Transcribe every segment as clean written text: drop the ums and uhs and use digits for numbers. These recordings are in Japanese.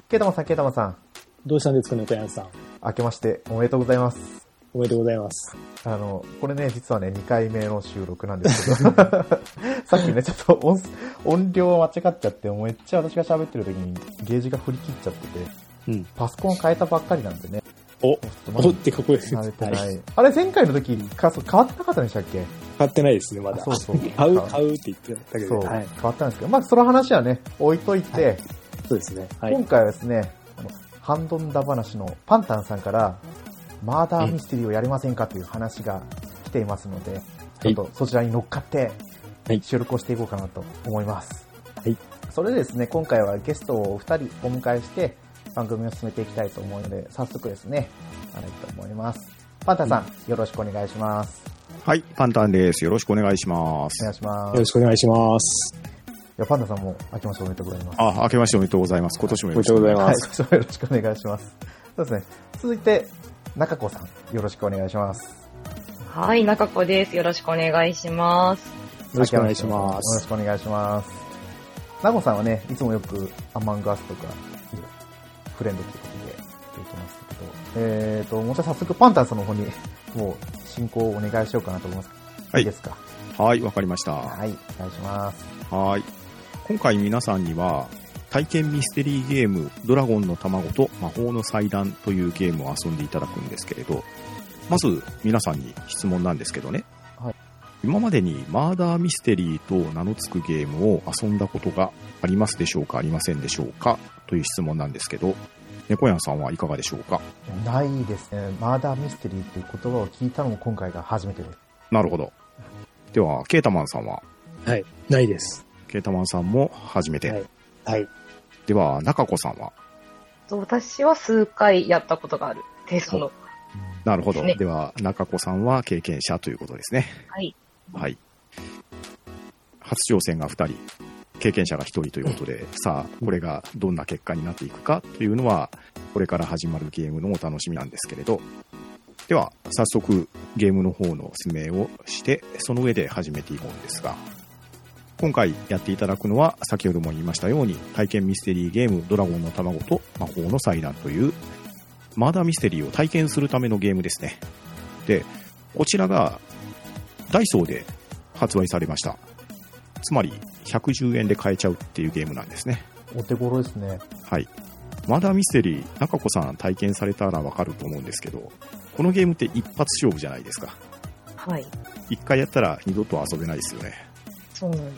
ケイタマンさん、ケイタマンさん。 どうしたんですかね、小山さん。 明けましておめでとうございます。 おめでとうございます。 これね、実はね、2回目の収録なんですけど、さっきね、ちょっと音量を間違っちゃって、めっちゃ私が喋ってる時にゲージが振り切っちゃってて、 うん、 パソコン変えたばっかりなんでね。 おってかっこいいですね。 あれ、前回の時、変わってなかったんでしたっけ？ 変わってないですね、まだ。 そうそう。 買うって言ってたけど、 そう、はい、変わったんですけど、まあ、その話はね、置いといて、はい、 そうですね。 はい、今回はですね、ハンドンダ話のパンタンさんから、マーダーミステリーをやりませんかという話が来ていますので、ちょっとそちらに乗っかって、収録をしていこうかなと思います。 はい。 それでですね、今回はゲストを2人お迎えして、番組を進めていきたいと思うので、早速ですね、やりたいと思います。パンタンさん、よろしくお願いします。 はい、パンタンです。よろしくお願いします。 お願いします。 よろしくお願いします。 いや、パンダさんも明けましておめでとうございます。 明けましておめでとうございます。今年もよろしくお願いします。 はい、今年もよろしくお願いします。そうですね。続いて、中子さん、よろしくお願いします。 はい、中子です。よろしくお願いします。 よろしくお願いします。 よろしくお願いします。中子さんはね、いつもよくアマングアスとか、フレンドということで、言ってましたけど、もうじゃあ早速パンタンさんの方に、もう進行をお願いしようかなと思います。 はい。 いいですか？ はい、わかりました。 はい、お願いします。 はい。今回皆さんには、体験ミステリーゲームドラゴンの卵と魔法の祭壇というゲームを遊んでいただくんですけれど、まず皆さんに質問なんですけどね、はい、今までにマーダーミステリーと名の付くゲームを遊んだことがありますでしょうか、ありませんでしょうかという質問なんですけど、猫屋さんはいかがでしょうか？ ないですね。マーダーミステリーという言葉を聞いたのも今回が初めてです。 なるほど。ではケータマンさんは？ はい、ないです。 ケータマンさんも初めて。 はい。はい、 では中子さんは？ 私は数回やったことがあるテストの。 なるほど。では中子さんは経験者ということですね。 はい。 はい。初挑戦が2人、経験者が1人ということで、さあこれがどんな結果になっていくかというのはこれから始まるゲームのお楽しみなんですけれど、では早速ゲームの方の説明をしてその上で始めていこうんですが、今回やっていただくのは先ほども言いましたように体験ミステリーゲームドラゴンの卵と魔法の祭壇というマーダーミステリーを体験するためのゲームですね。で、こちらがダイソーで発売されました。つまり110円で買えちゃうっていうゲームなんですね。 お手頃ですね。 はい。マーダーミステリー、中子さん体験されたらわかると思うんですけど、このゲームって一発勝負じゃないですか。 はい。 一回やったら二度と遊べないですよね。 そうなんです。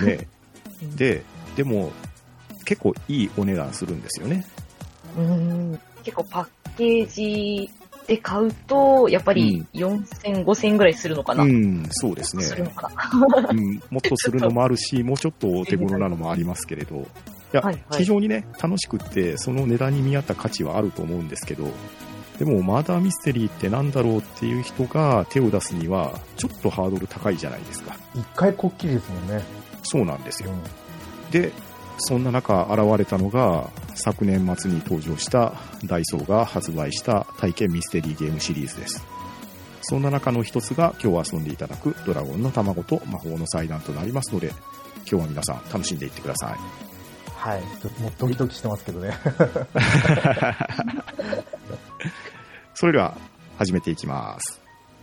ねでも結構いいお値段するんですよね。 結構パッケージで買うとやっぱり4000、5000円ぐらいするのかな。 そうですね。 するのかな。 もっとするのもあるし、もうちょっとお手頃なのもありますけれど、いや、非常にね楽しくってその値段に見合った価値はあると思うんですけど、でもマーダーミステリーってなんだろうっていう人が手を出すにはちょっとハードル高いじゃないですか。 一回こっきりですもんね。 そうなんですよ。で、そんな中現れたのが昨年末に登場したダイソーが発売した体験ミステリーゲームシリーズです。そんな中の一つが今日遊んでいただくドラゴンの卵と魔法の祭壇となりますので、今日は皆さん楽しんでいってください。 はい、もうドキドキしてますけどね。 それでは始めていきます。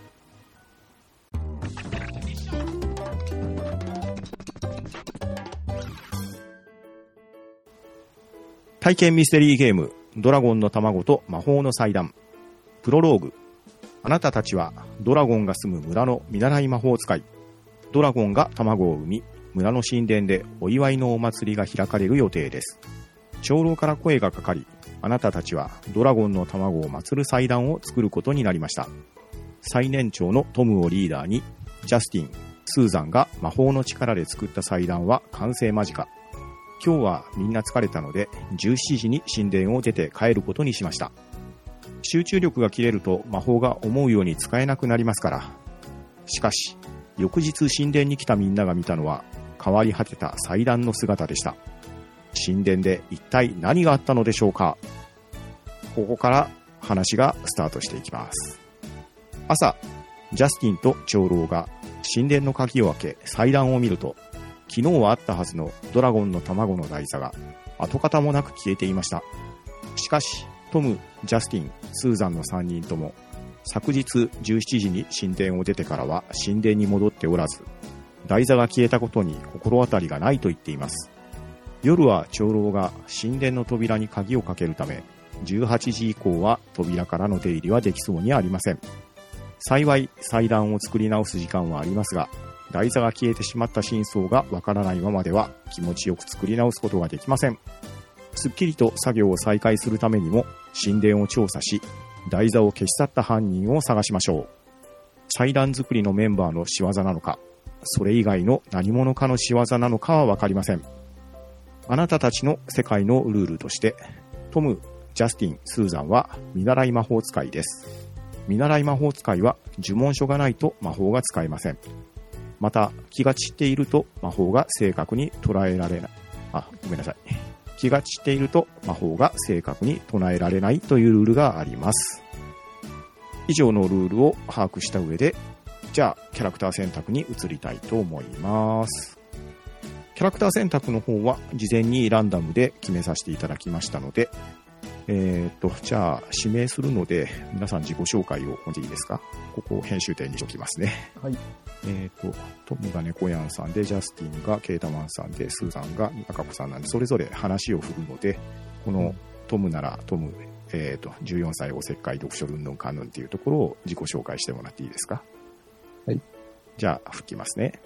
体験ミステリーゲームドラゴンの卵と魔法の祭壇プロローグ。あなたたちはドラゴンが住む村の見習い魔法使い。ドラゴンが卵を産み、村の神殿でお祝いのお祭りが開かれる予定です。長老から声がかかり、あなたたちはドラゴンの卵を祀る祭壇を作ることになりました。最年長のトムをリーダーに、ジャスティン、スーザンが魔法の力で作った祭壇は完成間近。今日はみんな疲れたので17時に神殿を出て帰ることにしました。集中力が切れると魔法が思うように使えなくなりますから。しかし翌日神殿に来たみんなが見たのは変わり果てた祭壇の姿でした。神殿で一体何があったのでしょうか。ここから話がスタートしていきます。朝、ジャスティンと長老が神殿の鍵を開け祭壇を見ると、昨日はあったはずのドラゴンの卵の台座が跡形もなく消えていました。 しかし、トム、ジャスティン、スーザンの3人とも、昨日17時に神殿を出てからは神殿に戻っておらず、台座が消えたことに心当たりがないと言っています。夜は長老が神殿の扉に鍵をかけるため、18時以降は扉からの出入りはできそうにありません。幸い祭壇を作り直す時間はありますが、台座が消えてしまった真相がわからないままでは気持ちよく作り直すことができません。すっきりと作業を再開するためにも神殿を調査し、台座を消し去った犯人を探しましょう。祭壇作りのメンバーの仕業なのか、それ以外の何者かの仕業なのかはわかりません。あなたたちの世界のルールとして、トム、ジャスティン、スーザンは見習い魔法使いです。見習い魔法使いは呪文書がないと魔法が使えません。また、気が散っていると魔法が正確に捉えられない。ごめんなさい。気が散っていると魔法が正確に唱えられないというルールがあります。以上のルールを把握した上で、じゃあキャラクター選択に移りたいと思います。キャラクター選択の方は事前にランダムで決めさせていただきましたので、じゃあ指名するので皆さん自己紹介をお願いいいですか。ここを編集点にしておきますね。 はい。 トムが猫やんさんで、ジャスティンがケータマンさんで、スーザンが赤子さんなんで、それぞれ話を振るので、このトムならトム、14歳おせっかい読書ルンルンカンヌンっていうところを自己紹介してもらっていいですか。 はい。 じゃあ、吹きますね。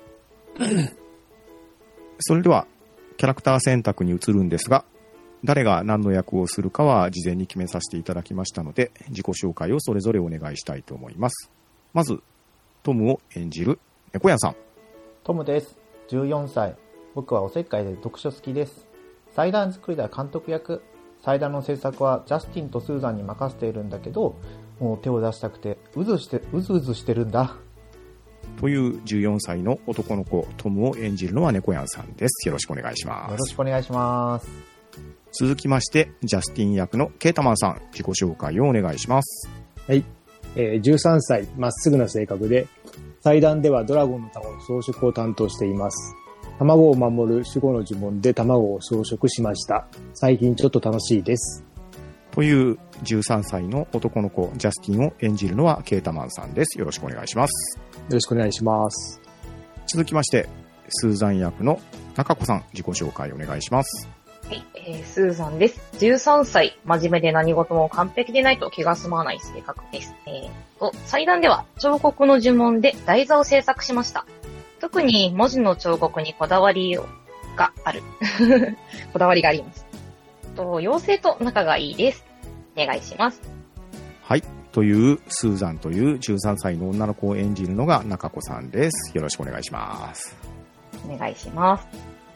それでは、キャラクター選択に移るんですが、誰が何の役をするかは事前に決めさせていただきましたので、自己紹介をそれぞれお願いしたいと思います。まず、トムを演じる猫やんさん。 トムです。14歳。僕はおせっかいで読書好きです。祭壇作りでは監督役。祭壇の制作はジャスティンとスーザンに任せているんだけど、もう手を出したくてうずうずしてるんだ。 という14歳の男の子トムを演じるのは猫やんさんです。よろしくお願いします。 よろしくお願いします。 続きましてジャスティン役のケータマンさん、自己紹介をお願いします。 はい。13歳、まっすぐな性格で、祭壇ではドラゴンの卵の装飾を担当しています。卵を守る守護の呪文で卵を装飾しました。最近ちょっと楽しいです。 という13歳の男の子ジャスティンを演じるのはケータマンさんです。よろしくお願いします。 よろしくお願いします。 続きましてスーザン役の中子さん、自己紹介お願いします。 はい、スーザンです。13歳、真面目で何事も完璧でないと気が済まない性格です。祭壇では彫刻の呪文で台座を制作しました。特に文字の彫刻にこだわりがある。こだわりがあります。妖精と仲がいいです。お願いします。 はい。というスーザンという13歳の女の子を演じるのが中子さんです。よろしくお願いします。 お願いします。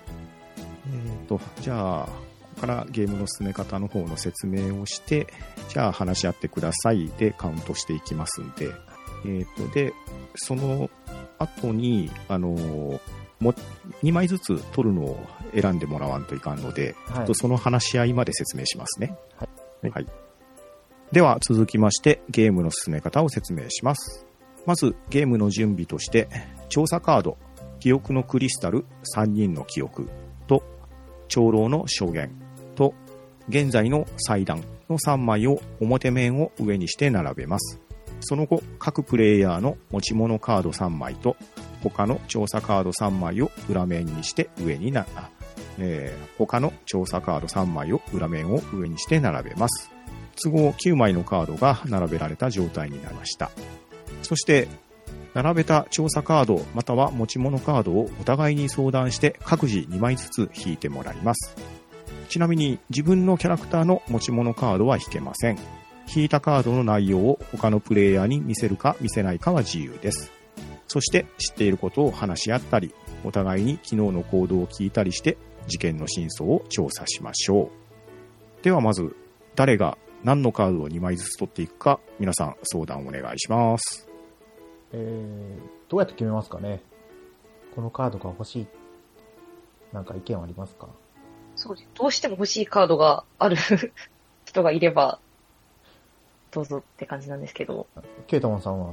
じゃあ、ここからゲームの進め方の方の説明をして、じゃあ話し合ってくださいでカウントしていきますんで、で、その後に、2枚ずつ取るのを選んでもらわんといかんので、 はい、 その話し合いまで説明しますね。 はい。 はい。では続きましてゲームの進め方を説明します。まずゲームの準備として、調査カード、記憶のクリスタル3人の記憶と、長老の証言と、現在の祭壇の3枚を表面を上にして並べます。その後、各プレイヤーの持ち物カード3枚と、他の調査カード3枚を裏面にして上に他の調査カード3枚を裏面を上にして並べます。都合9枚のカードが並べられた状態になりました。そして、並べた調査カードまたは持ち物カードをお互いに相談して各自2枚ずつ引いてもらいます。ちなみに自分のキャラクターの持ち物カードは引けません。引いたカードの内容を他のプレイヤーに見せるか見せないかは自由です。そして知っていることを話し合ったり、お互いに昨日の行動を聞いたりして事件の真相を調査しましょう。ではまず誰が何のカードを2枚ずつ取っていくか皆さん相談お願いします。 どうやって決めますかね。このカードが欲しい。なんか意見はありますか？ そうです。どうしても欲しいカードがある人がいれば、どうぞって感じなんですけど。 ケイタマンさんは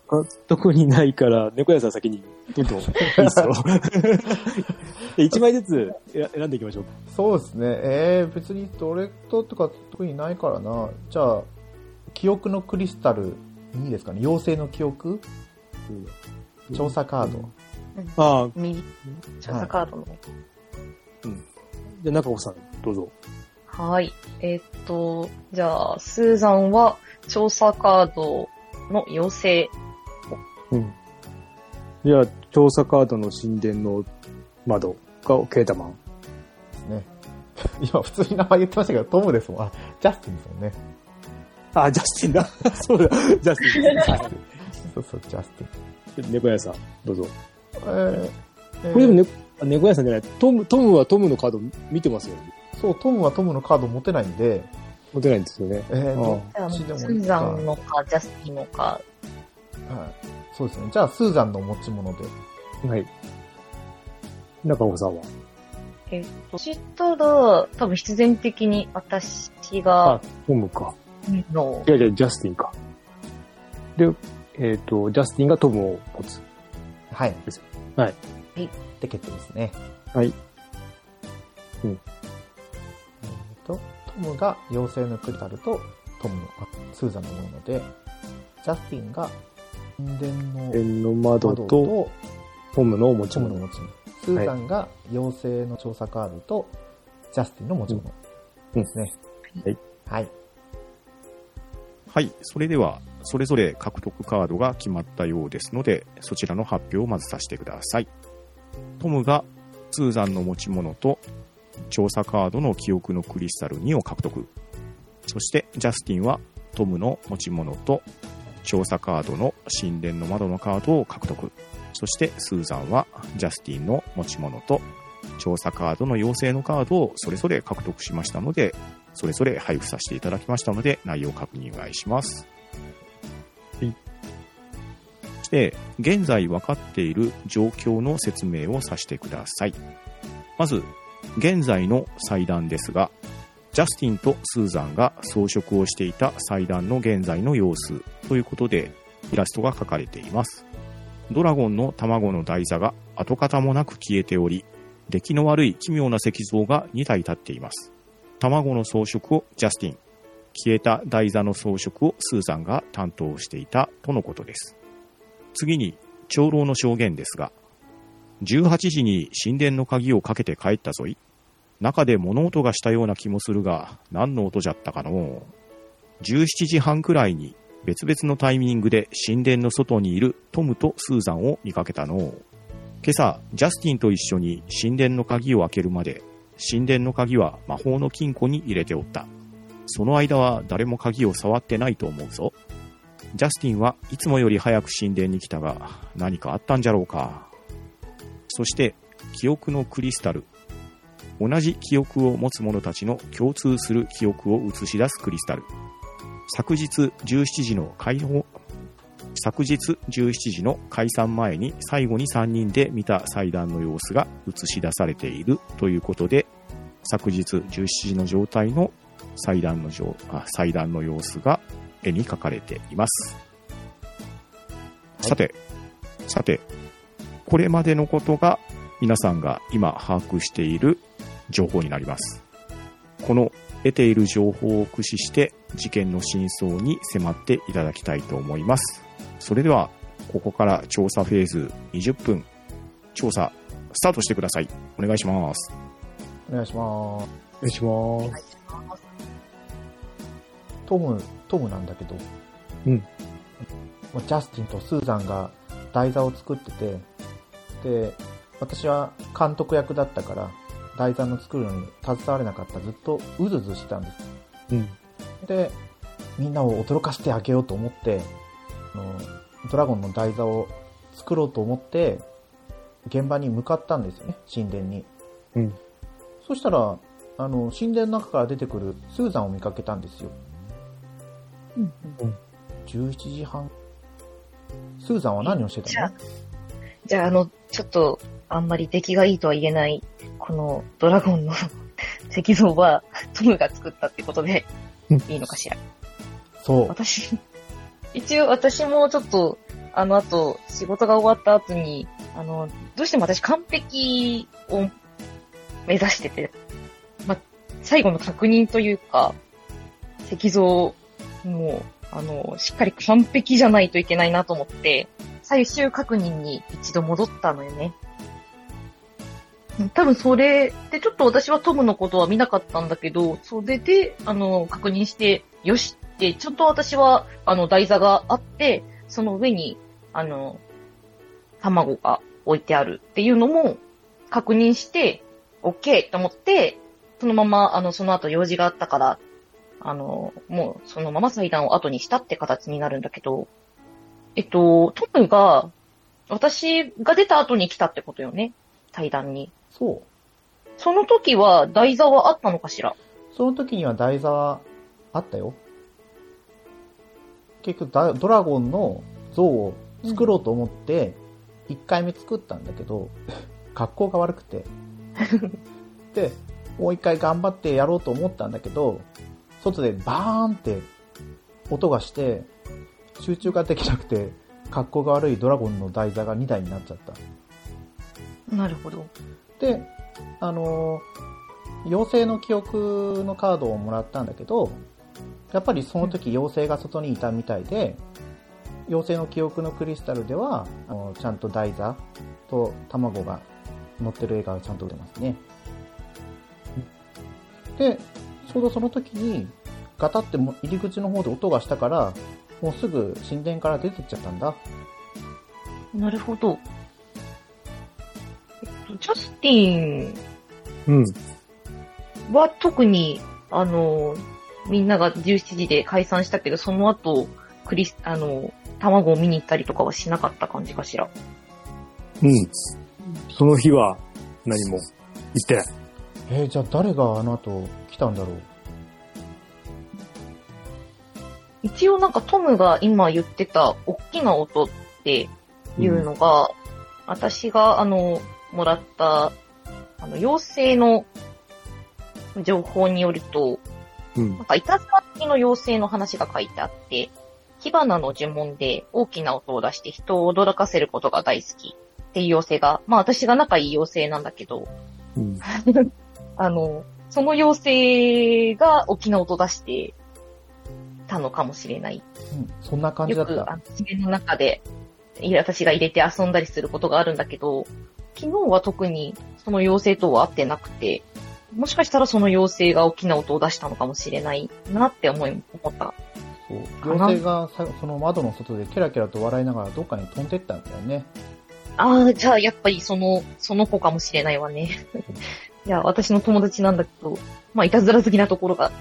特にないから、猫屋さん先に、どんどん、いいっすよ。1枚ずつ選んでいきましょう。 そうですね。別にどれとか特にないからな。じゃあ、記憶のクリスタル、いいですかね。妖精の記憶、調査カード。 ああ。 右。調査カードの。 じゃあ、中尾さん、どうぞ。 はい。じゃあ、スーザンは、調査カードの妖精。 じゃあ、調査カードの神殿の窓がケータマン。 ですね。今、普通に名前言ってましたけど、トムですもん。あ、ジャスティンですもんね。 あ、ジャスティンだ。そうだ、ジャスティン。 そうそう、ジャスティン。 猫屋さん、どうぞ。 これでも猫屋さんじゃない。トムはトムのカード見てますよ。 そう、トムはトムのカード持てないんで。 持てないんですよね。 どっちでもいいか。 スーザンのか、ジャスティンのか。 はい。そうですね。じゃあ、スーザンの持ち物で。 はい。中尾さんはそしたら、多分必然的に私が、 トムか。 の。 いや、ジャスティンか。で、ジャスティンがトムを持つ。 はい。 ですはい。 で、決定ですね。 はい。 トムが妖精のクリスタルとスーザンのもので、ジャスティンが神殿の窓とトムの持ち物。 スーザンが妖精の調査カードとジャスティンの持ち物ですね。 はい。 はい。 はい。それでは、それぞれ獲得カードが決まったようですので、そちらの発表をまずさせてください。トムがスーザンの持ち物と調査カードの記憶のクリスタル2を獲得。そしてジャスティンはトムの持ち物と調査カードの神殿の窓のカードを獲得。そしてスーザンはジャスティンの持ち物と調査カードの妖精のカードをそれぞれ獲得しましたので、それぞれ配布させていただきましたので、内容確認お願いします。そして、現在分かっている状況の説明をさせてください。まず、現在の祭壇ですが、ジャスティンとスーザンが装飾をしていた祭壇の現在の様子ということで、イラストが描かれています。ドラゴンの卵の台座が跡形もなく消えており、出来の悪い奇妙な石像が2体立っています。卵の装飾をジャスティン、消えた台座の装飾をスーザンが担当していたとのことです。次に、長老の証言ですが、18時に神殿の鍵をかけて帰ったぞい。中で物音がしたような気もするが、何の音じゃったかのう。17時半くらいに別々のタイミングで神殿の外にいるトムとスーザンを見かけたのう。今朝、ジャスティンと一緒に神殿の鍵を開けるまで、神殿の鍵は魔法の金庫に入れておった。その間は誰も鍵を触ってないと思うぞ。ジャスティンはいつもより早く神殿に来たが、何かあったんじゃろうか。そして、記憶のクリスタル。同じ記憶を持つ者たちの共通する記憶を映し出すクリスタル。昨日17時の解散前に最後に3人で見た祭壇の様子が映し出されているということで、昨日17時の状態の祭壇の様子が絵に描かれています。さて、これまでのことが皆さんが今把握している情報になります。この得ている情報を駆使して事件の真相に迫っていただきたいと思います。それではここから調査フェーズ20分調査スタートしてください。お願いします。 お願いします。 お願いします。 トムなんだけど、 うん。 ジャスティンとスーザンが台座を作ってて、で、私は監督役だったから台座の作るのに携われなかった。ずっとうずうずしてたんです。 うん。 で、みんなを驚かしてあげようと思って、ドラゴンの台座を作ろうと思って現場に向かったんですよね、神殿に。 うん。 そしたら神殿の中から出てくるスーザンを見かけたんですよ。 うん。 17時半。スーザンは何をしてたの？ じゃあちょっとあんまり出来がいいとは言えないこのドラゴンの石像はトムが作ったってことでいいのかしら。 そう。 一応私もちょっと後、仕事が終わった後に、どうしても私完璧を目指してて、最後の確認というか、石像、もう、しっかり完璧じゃないといけないなと思って、最終確認に一度戻ったのよね。多分それで、ちょっと私はトムのことは見なかったんだけど、それで、確認して、よしって、ちょっと私は、台座があって、その上に、卵が置いてあるっていうのも確認して、OK と思って、そのまま、その後用事があったから、もうそのまま祭壇を後にしたって形になるんだけど、トムが、私が出た後に来たってことよね。祭壇に。 そう。 その時は台座はあったのかしら？ その時には台座はあったよ。結局ドラゴンの像を作ろうと思って、1回目作ったんだけど、格好が悪くて。で、もう1回頑張ってやろうと思ったんだけど、外でバーンって音がして、集中ができなくて、格好が悪いドラゴンの台座が2台になっちゃった。 なるほど。 で、妖精の記憶のカードをもらったんだけど、やっぱりその時妖精が外にいたみたいで、妖精の記憶のクリスタルでは、ちゃんと台座と卵が乗ってる絵がちゃんと出ますね。で、ちょうどその時に、ガタって入り口の方で音がしたから、もうすぐ神殿から出てっちゃったんだ。 なるほど。ジャスティうん。 ンは特に、みんなが17時で解散したけど、その後、卵を見に行ったりとかはしなかった感じかしら。 うん。その日は何も言ってない。 じゃあ誰があの後来たんだろう。 一応なんかトムが今言ってた大きな音っていうのが、私がもらった妖精の情報によると、なんかいたずら好きの妖精の話が書いてあって、火花の呪文で大きな音を出して人を驚かせることが大好きっていう妖精が、まあ私が仲いい妖精なんだけど、その妖精が大きな音出してたのかもしれない。 そんな感じだった。 よく自然の中で私が入れて遊んだりすることがあるんだけど、昨日は特にその妖精とは会ってなくて、もしかしたらその妖精が大きな音を出したのかもしれないなって思った。 そう。妖精がその窓の外でケラケラと笑いながらどっかに飛んでったんだよね。 ああ、じゃあやっぱりその子かもしれないわね。いや、私の友達なんだけど、まあいたずら好きなところがあって。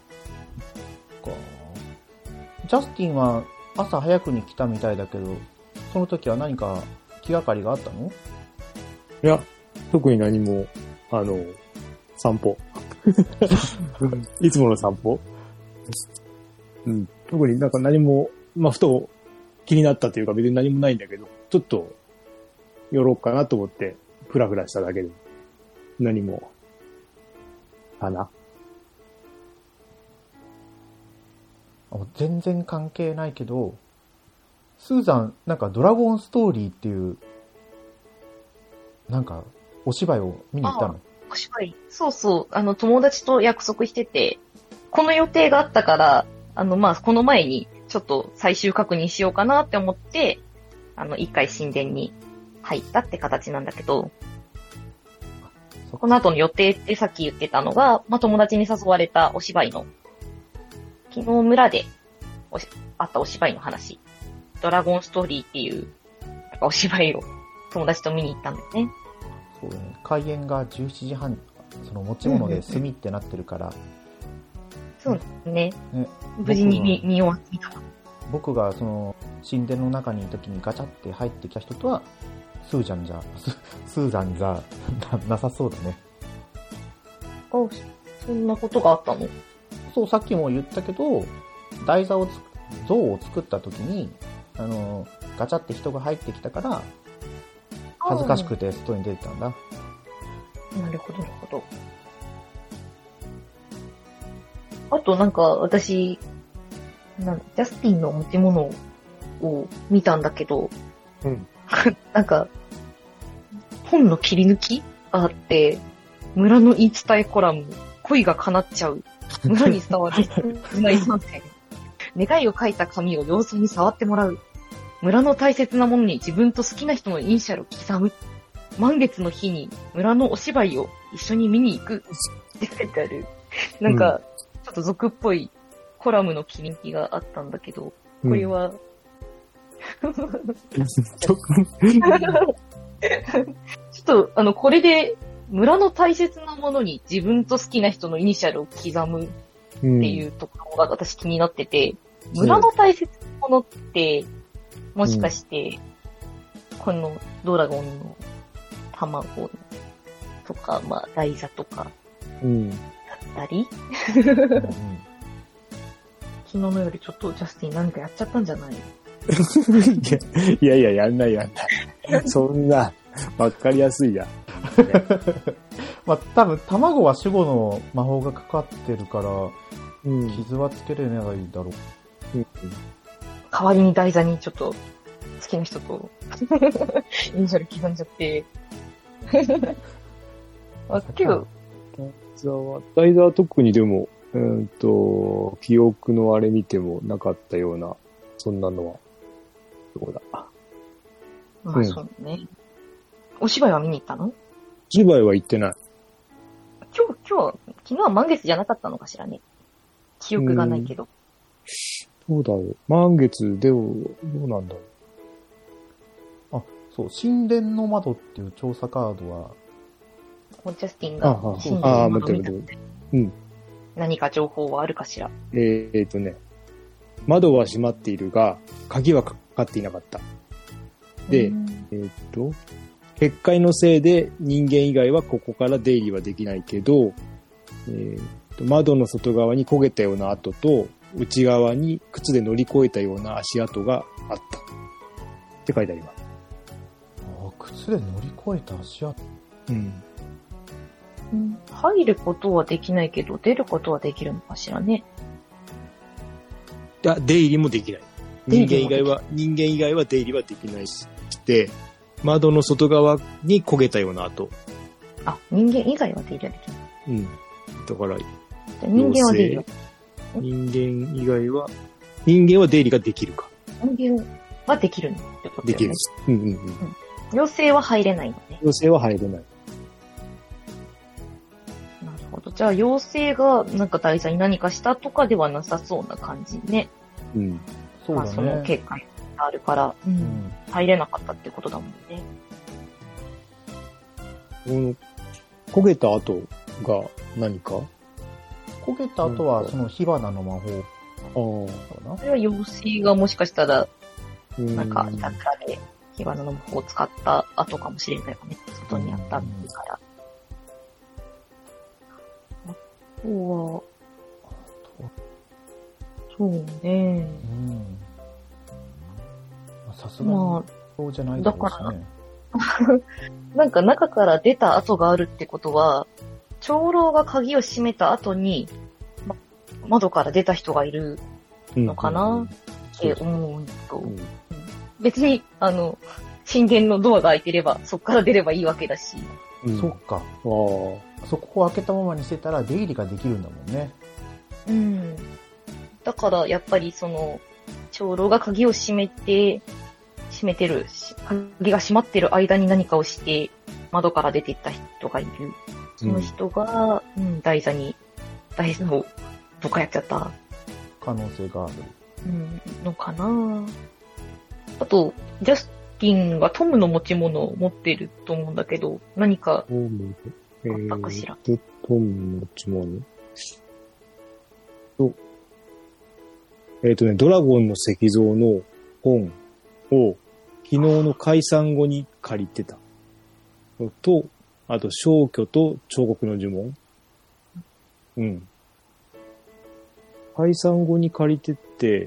ジャスティンは朝早くに来たみたいだけど、その時は何か気がかりがあったの？ いや、特に何も、散歩。いつもの散歩。特になんか何も、ふと気になったというか別に何もないんだけど、ちょっと寄ろうかなと思ってフラフラしただけで、何も、かな。 全然関係ないけど、スーザン、なんかドラゴンストーリーっていう、なんかお芝居を見に行ったの？ お芝居？そうそう、友達と約束してて、この予定があったから、この前にちょっと最終確認しようかなって思って、一回神殿に入ったって形なんだけど、この後の予定ってさっき言ってたのが、友達に誘われたお芝居の、昨日村であったお芝居の話、ドラゴンストーリーっていうお芝居を友達と見に行ったんだよね。 そうだね。開演が17時半、その持ち物で炭ってなってるから。 そうですね。無事に見終わってた。 僕がその神殿の中にいる時にガチャって入ってきた人とは、スーザンじゃなさそうだね。 そんなことがあったの？ そう、さっきも言ったけど、台座を像を作った時に、ガチャって人が入ってきたから、恥ずかしくて外に出てたんだ。 なるほど、なるほど。あとなんか私、ジャスティンの持ち物を見たんだけど、 うん。 なんか、本の切り抜きがあって、村の言い伝えコラム、恋が叶っちゃう。村に伝わる村遺産戦。願いを書いた紙を妖精に触ってもらう。村の大切なものに自分と好きな人のイニシャルを刻む。満月の日に村のお芝居を一緒に見に行く。って書いてある。なんか、ちょっと俗っぽいコラムの切り抜きがあったんだけど、これは、ちょっと、これで、村の大切なものに自分と好きな人のイニシャルを刻むっていうところが私気になってて、村の大切なものって、もしかして、このドラゴンの卵とか、まあ、台座とか、だったり、昨日の夜ちょっとジャスティン何かやっちゃったんじゃない？ いや、やんない。そんな、わかりやすいや。 まあ、多分、卵は守護の魔法がかかってるから、傷はつけれないだろう。 代わりに台座にちょっと、好きな人と、イニシャル刻んじゃって。あ、けど、 台座は特にでも、記憶のあれ見てもなかったような、そんなのは、どうだ。 まあ、そうね。お芝居は見に行ったの？ お芝居は行ってない。 今日、昨日は満月じゃなかったのかしらね。記憶がないけど。 どうだろう。満月で、どうなんだろう。あ、そう、神殿の窓っていう調査カードは、 ジャスティンが神殿の窓見たので、何か情報はあるかしら。 窓は閉まっているが、鍵はかかっていなかった。で、結界のせいで人間以外はここから出入りはできないけど、窓の外側に焦げたような跡と、内側に靴で乗り越えたような足跡があった。って書いてあります。 ああ、靴で乗り越えた足跡。 入ることはできないけど、出ることはできるのかしらね。 出入りもできない。人間以外は出入りはできないし、窓の外側に焦げたような跡。 あ、人間以外は出入りはできない。 だから、 人間は出入りは人間は出入りができるか。 人間はできるってことだよね。 できる。 妖精は入れないのね。 妖精は入れない。 なるほど。じゃあ妖精がなんか台座に何かしたとかではなさそうな感じね。 そうだね。 その結果があるから、入れなかったってことだもんね。 焦げた後が何か？ 焦げた後はその火花の魔法かな？ それは妖精がもしかしたら、なんかいたずらで火花の魔法を使った後かもしれないよね。外にあったから。あとは、そうね。 さすがにそうじゃないだろうしね。 なんか中から出た跡があるってことは、長老が鍵を閉めた後に、窓から出た人がいるのかなって思うと、別に、神殿のドアが開いてれば、そこから出ればいいわけだし。 そっか。そこを開けたままにしてたら出入りができるんだもんね。 だから、やっぱり長老が鍵を閉めてる、鍵が閉まってる間に何かをして、窓から出ていった人がいる。その人が、台座をどっかやっちゃった可能性がある。 のかな。あと、ジャスティンがトムの持ち物を持ってると思うんだけど、何かあったかしら。 トムの持ち物ドラゴンの石像の本を昨日の解散後に借りてたのと、あと消去と彫刻の呪文。解散後に借りてって、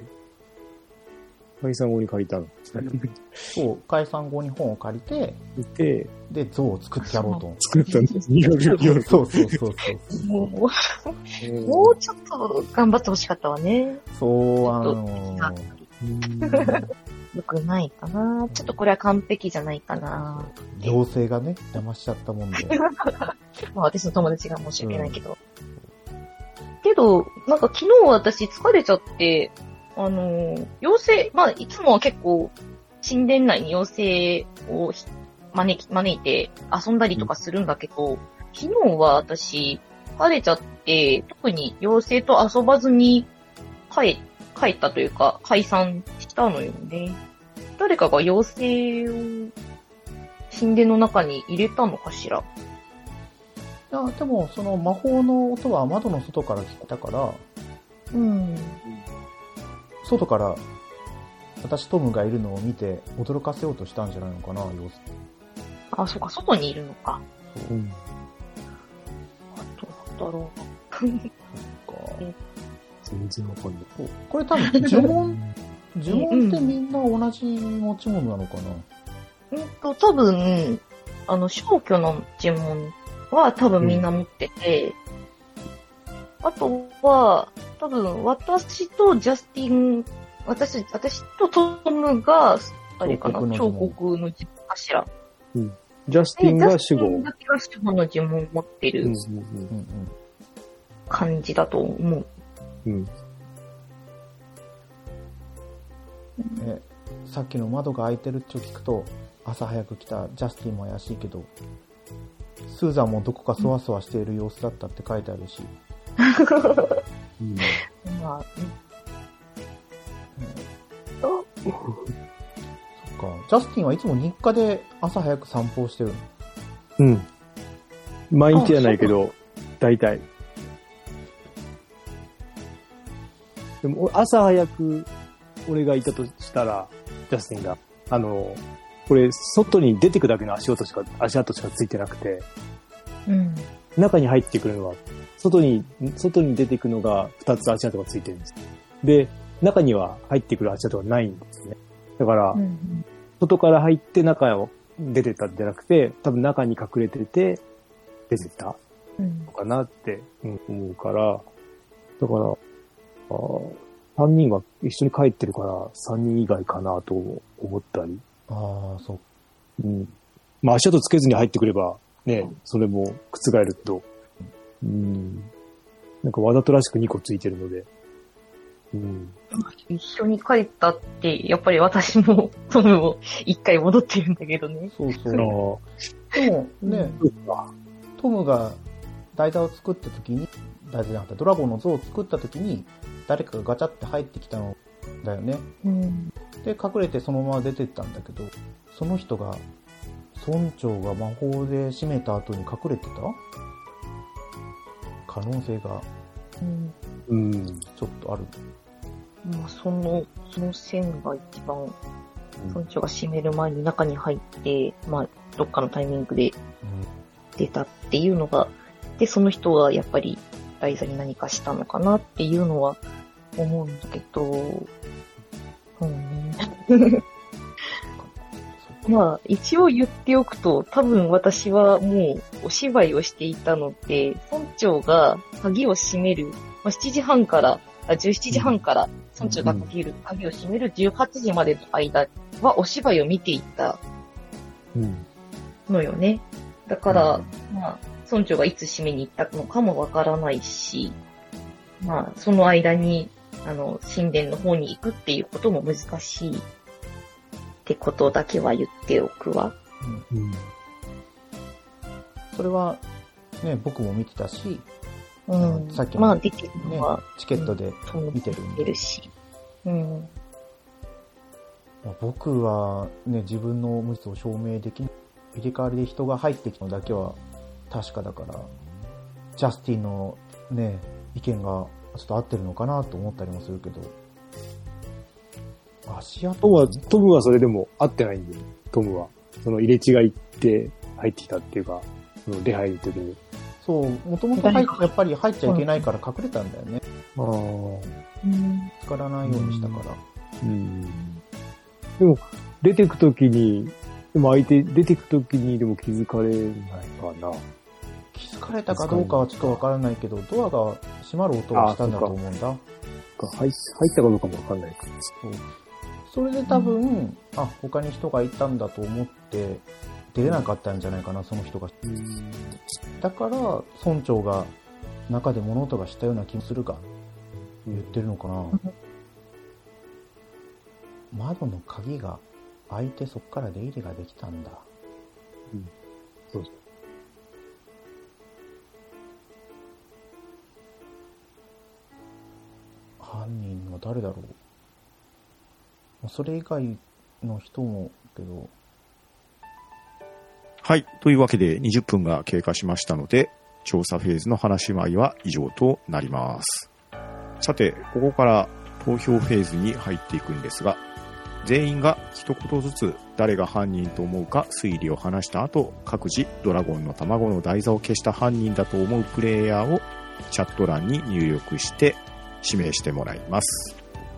解散後に借りたの。 そう、解散後に本を借りて、で、像を作ってやろうと。 作ったんです。夜。 そう。 もうちょっと頑張ってほしかったわね。 良くないかな。ちょっとこれは完璧じゃないかな。 妖精がね、騙しちゃったもんで。 まあ私の友達が申し訳ないけど。けど、なんか昨日私疲れちゃって、妖精、まあいつもは結構、神殿内に妖精を招いて遊んだりとかするんだけど、昨日は私疲れちゃって、特に妖精と遊ばずに帰ったというか、解散したのよね。誰かが妖精を神殿の中に入れたのかしら。 いや、でも、その魔法の音は窓の外から聞こえたから、外から私トムがいるのを見て驚かせようとしたんじゃないのかな、妖精。 あ、そうか、外にいるのか。 そう。 あと、なんだろう。 全然わかんない。 これ多分呪文ってみんな同じ持ち物なのかな。 多分、消去の呪文は多分みんな持ってて、あとは、多分私とジャスティン、私とトムが、あれかな、彫刻の呪文かしら。 ジャスティンが守護。 ジャスティンだけが守護の呪文を持ってる感じだと思う。 さっきの窓が開いてるって聞くと、朝早く来たジャスティンも怪しいけど、スーザンもどこかそわそわしている様子だったって書いてあるし。 まあ、 そっか。ジャスティンはいつも日課で朝早く散歩をしてるの？ 毎日じゃないけど、大体。でも、朝早く、俺がいたとしたら、ジャスティンが、これ、外に出てくだけの足跡しかついてなくて、中に入ってくるのは、外に出てくのが2つ足跡がついてるんです。で、中には入ってくる足跡がないんですね。だから、外から入って中を出てったんじゃなくて、多分中に隠れてて、出てたのかなって思うから、だから、3人が一緒に帰ってるから、3人以外かなと思ったり。 ああ、そう。 まあ足跡つけずに入ってくれば、ね、それも覆るけど、なんかわざとらしく2個ついてるので、 一緒に帰ったって、やっぱり私もトムも一回戻ってるんだけどね。 そうそう。でもね、トムが台座を作った時に、台座じゃなくてドラゴンの像を作った時に、誰かがガチャって入ってきたのだよね。で、隠れてそのまま出てったんだけど、その人が、村長が魔法で閉めた後に隠れてた可能性が、ちょっとある。 まあ、その線が一番、村長が閉める前に中に入って、まあ、どっかのタイミングで出たっていうのが、で、その人はやっぱり台座に何かしたのかなっていうのは思うんだけど、まあ、一応言っておくと、多分私はもうお芝居をしていたので、村長が鍵を閉める、まあ、17時半から村長が鍵を閉める18時までの間はお芝居を見ていたのよね。だから、まあ、村長がいつ閉めに行ったのかもわからないし、まあ、その間に、神殿の方に行くっていうことも難しいってことだけは言っておくわ。 それは、ね、僕も見てたし、さっきまあ、出てるのは、 チケットで見てるんで。 し。 僕はね、自分の無実を証明できない。入れ替わりで人が入ってきたのだけは確かだから、ジャスティンのね、意見がちょっと合ってるのかなと思ったりもするけど。足跡トムはそれでも合ってないんで、トムは。その入れ違いって入ってきたっていうか、その出入りの時に。 そう、もともとやっぱり入っちゃいけないから隠れたんだよね。使わないようにしたから。 でも、出てくときに、出てくときにでも気づかれないかな。 気づかれたかどうかはちょっとわからないけど、ドアが閉まる音がしたんだと思うんだ。 入ったかどうかもわかんないけど。 それで多分、他に人がいたんだと思って出れなかったんじゃないかな、その人が。だから村長が中で物音がしたような気もするが言ってるのかな。窓の鍵が開いてそこから出入りができたんだ。 そうそう。 犯人は誰だろう。それ以外の人もけど。 はい。というわけで20分が経過しましたので、調査フェーズの話し合いは以上となります。さて、ここから投票フェーズに入っていくんですが、全員が一言ずつ誰が犯人と思うか推理を話した後、各自ドラゴンの卵の台座を消した犯人だと思うプレイヤーをチャット欄に入力して指名してもらいます。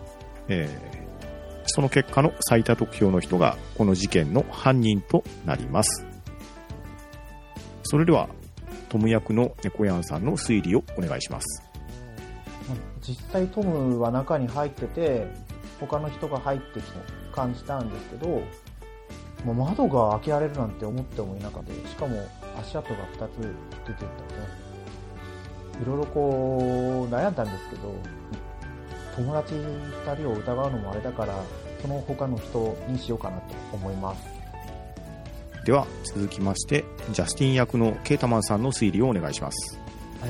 その結果の最多得票の人がこの事件の犯人となります。それではトム役の猫やんさんの推理をお願いします。 実際トムは中に入ってて他の人が入ってきた感じたんですけど、窓が開けられるなんて思ってもいなかった。しかも足跡が2つ出てったね。いろいろこう悩んだんですけど、友達2人を疑うのもあれだからその他の人にしようかなと思います。 では続きましてジャスティン役のケータマンさんの推理をお願いします。 はい。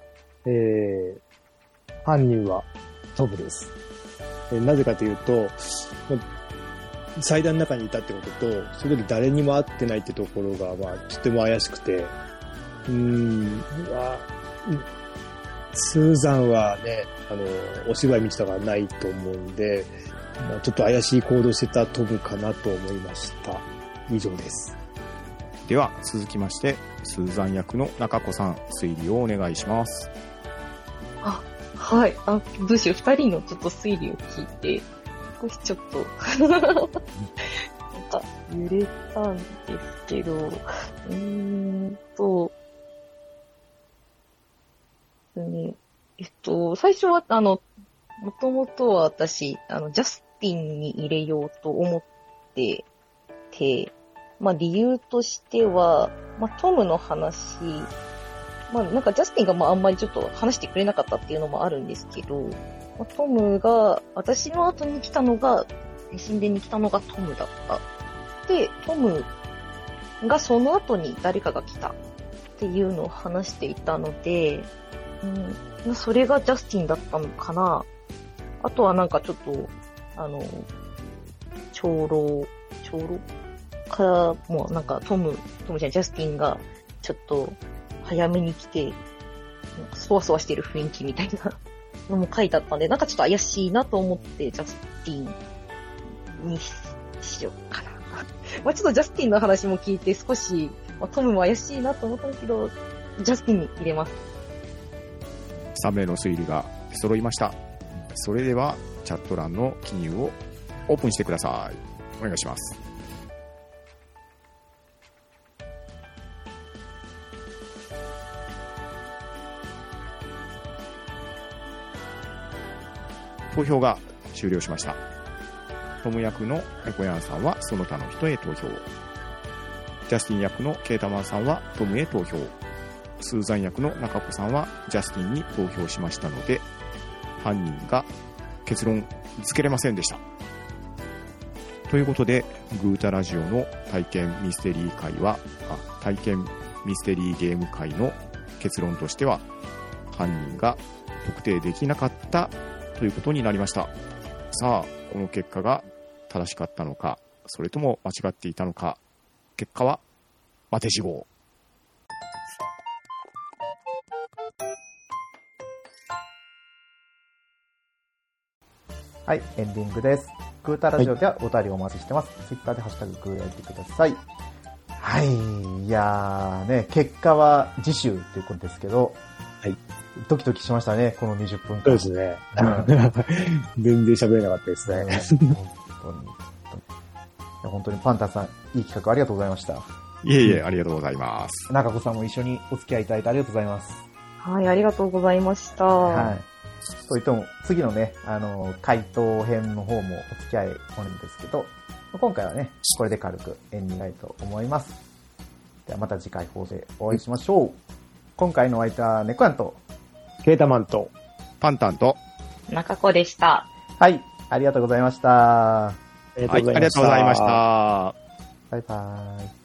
犯人はトムです。なぜかというと、祭壇の中にいたってことと、その時誰にも会ってないってところが、とても怪しくて、スーザンはね、お芝居見てたからないと思うんで、ちょっと怪しい行動してたトムかなと思いました。以上です。 では続きまして、スーザン役の中子さん、推理をお願いします。 はい。どうしよう。二人のちょっと推理を聞いて、少しちょっと、なんか、揺れたんですけど、最初は、もともとは私、ジャスティンに入れようと思ってて、理由としては、トムの話、なんかジャスティンがあんまりちょっと話してくれなかったっていうのもあるんですけど、トムが、私の後に来たのが、神殿に来たのがトムだった。で、トムがその後に誰かが来たっていうのを話していたので、それがジャスティンだったのかな。あとはなんかちょっと、長老からもなんかトムじゃん、ジャスティンがちょっと早めに来て、そわそわしてる雰囲気みたいなのも書いてあったんで、なんかちょっと怪しいなと思って、ジャスティンにしようかな。ちょっとジャスティンの話も聞いて少し、トムも怪しいなと思ったんですけど、ジャスティンに入れます。 3名の推理が出揃いました。それではチャット欄の記入をオープンしてください。お願いします。投票が終了しました。トム役の猫やんさんはその他の人へ投票。ジャスティン役のケータマンさんはトムへ投票。スーザン役の中子さんはジャスティンに投票しましたので、犯人が結論付けれませんでした。ということで、グータラジオの体験ミステリー会は、体験ミステリーゲーム会の結論としては、犯人が特定できなかったということになりました。さあ、この結果が正しかったのか、それとも間違っていたのか、結果は当て字号。 はい、エンディングです。グータラジオではお便りお待ちしてます。ツイッターでハッシュタググーやってください。はい、いやーね、結果は次週ということですけど、 はい。 ドキドキしましたね、この20分間。 そうですね。全然喋れなかったですね。 本当にパンタンさん、いい企画ありがとうございました。 いえいえ、ありがとうございます。 中子さんも一緒にお付き合いいただいてありがとうございます。 はい、ありがとうございました。 はい。 といっても、次のね、回答編の方もお付き合いあるんですけど、今回はね、これで軽くエンディングしたいと思います。ではまた次回放送でお会いしましょう。今回のお相手はネコヤンと、 ケータマンと、 パンタンと、 中子でした。 はい、ありがとうございました。 ありがとうございました。 バイバーイ。